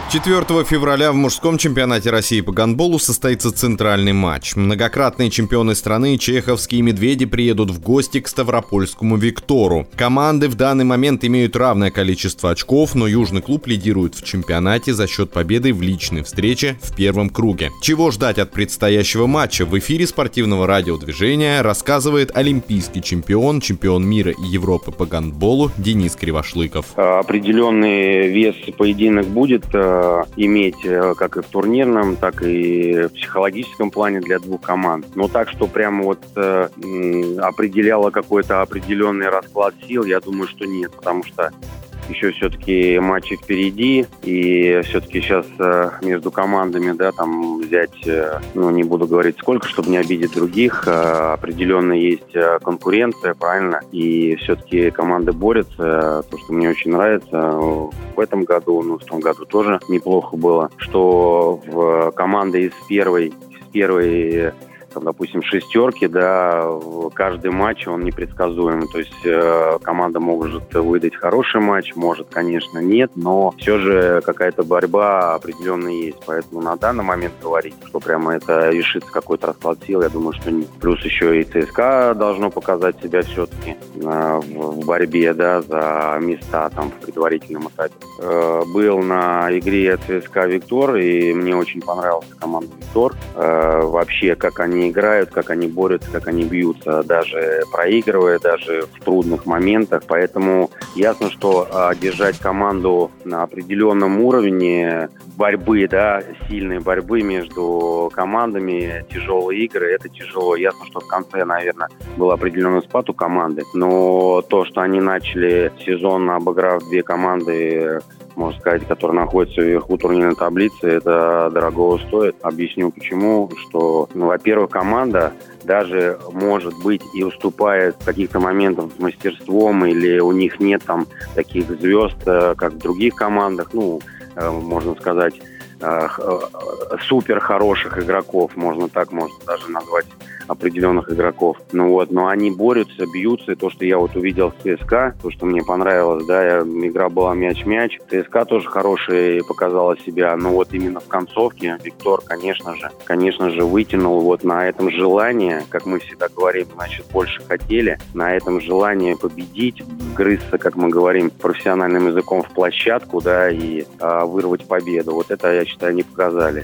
4 февраля в мужском чемпионате России по гандболу состоится центральный матч. Многократные чемпионы страны чеховские «Медведи» приедут в гости к ставропольскому «Виктору». Команды в данный момент имеют равное количество очков, но южный клуб лидирует в чемпионате за счет победы в личной встрече в первом круге. Чего ждать от предстоящего матча? В эфире спортивного радиодвижения рассказывает олимпийский чемпион мира и Европы по гандболу Денис Кривошлыков. Определенный вес поединок будет иметь как и в турнирном, так и в психологическом плане для двух команд. Но так, что прямо вот определяло какой-то определенный расклад сил, я думаю, что нет, потому что еще все-таки матчи впереди, и все-таки сейчас между командами, да, там взять, не буду говорить сколько, чтобы не обидеть других, определенно есть конкуренция, правильно, и все-таки команды борются, то, что мне очень нравится в этом году, в том году тоже неплохо было, что в команды из первой допустим, шестерки, да, каждый матч, он непредсказуем. То есть команда может выдать хороший матч, может, конечно, нет, но все же какая-то борьба определенно есть. Поэтому на данный момент говорить, что прямо это решится какой-то расклад сил, я думаю, что нет. Плюс еще и ЦСКА должно показать себя все-таки в борьбе, да, за места там в предварительном этапе. Был на игре ЦСКА «Виктор», и мне очень понравилась команда «Виктор». Вообще, как они играют, как они борются, как они бьются, даже проигрывая, даже в трудных моментах. Поэтому ясно, что держать команду на определенном уровне борьбы, да, сильной борьбы между командами, тяжелые игры, это тяжело. Ясно, что в конце, наверное, был определенный спад у команды. Но то, что они начали сезон, обыграв две команды, можно сказать, которые находятся вверху турнирной таблицы, это дорого стоит. Объясню почему. Что, во-первых, команда даже, может быть, и уступает в каких-то моментах с мастерством, или у них нет там таких звезд, как в других командах, можно сказать, супер хороших игроков, можно даже назвать определенных игроков. Но они борются, бьются. И то, что я увидел в ЦСКА, то, что мне понравилось, да, игра была мяч-мяч. ЦСКА тоже хорошая показала себя, но именно в концовке Виктор, конечно же, вытянул на этом желание, как мы всегда говорим, больше хотели, на этом желании победить, грызться, как мы говорим, профессиональным языком в площадку, да, и вырвать победу. Это, я считаю, они показали.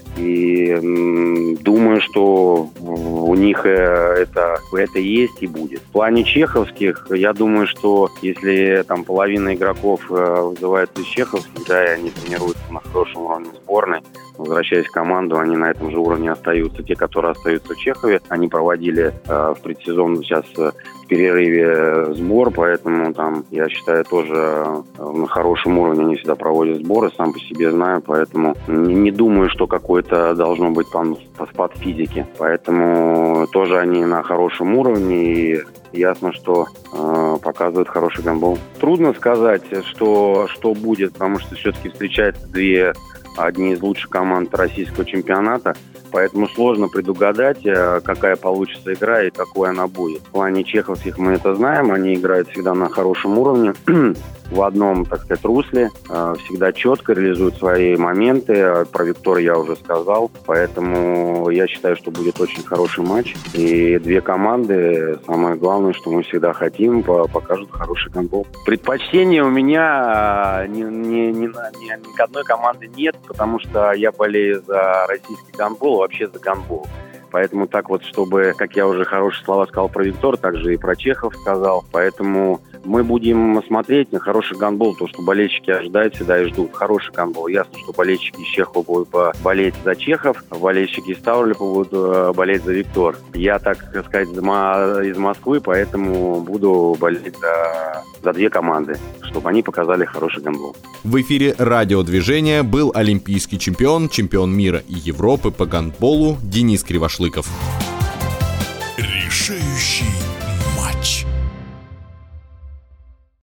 И думаю, что у них это есть и будет. В плане чеховских, я думаю, что если там половина игроков вызывается из чеховских, да, и они тренируются на хорошем уровне сборной, возвращаясь в команду, они на этом же уровне остаются. Те, которые остаются в Чехове, они проводили в предсезон сейчас в перерыве сбор, поэтому там, я считаю, тоже на хорошем уровне они всегда проводят сборы, сам по себе знаю, поэтому не думаю, что какой-то должно быть там спад физики. Поэтому тоже они на хорошем уровне, и ясно, что показывают хороший гандбол. Трудно сказать, что будет, потому что все-таки встречаются одни из лучших команд российского чемпионата, поэтому сложно предугадать, какая получится игра и какой она будет. В плане чеховских мы это знаем, они играют всегда на хорошем уровне, в одном, так сказать, русле, всегда четко реализуют свои моменты. Про Виктора я уже сказал, поэтому я считаю, что будет очень хороший матч. И две команды, самое главное, что мы всегда хотим, покажут хороший гандбол. Предпочтения у меня ни к одной команде нет, потому что я болею за российский гандбол, вообще за гандбол. Поэтому так чтобы, как я уже хорошие слова сказал про Виктор, так же и про чехов сказал. Поэтому мы будем смотреть на хороший гандбол, то, что болельщики ожидают всегда и ждут. Хороший гандбол. Ясно, что болельщики из Чехова будут болеть за чехов, болельщики из Ставрополя будут болеть за Виктор. Я, так сказать, из Москвы, поэтому буду болеть за две команды, чтобы они показали хороший гандбол. В эфире радиодвижения был олимпийский чемпион мира и Европы по гандболу Денис Кривошлыков. Решающий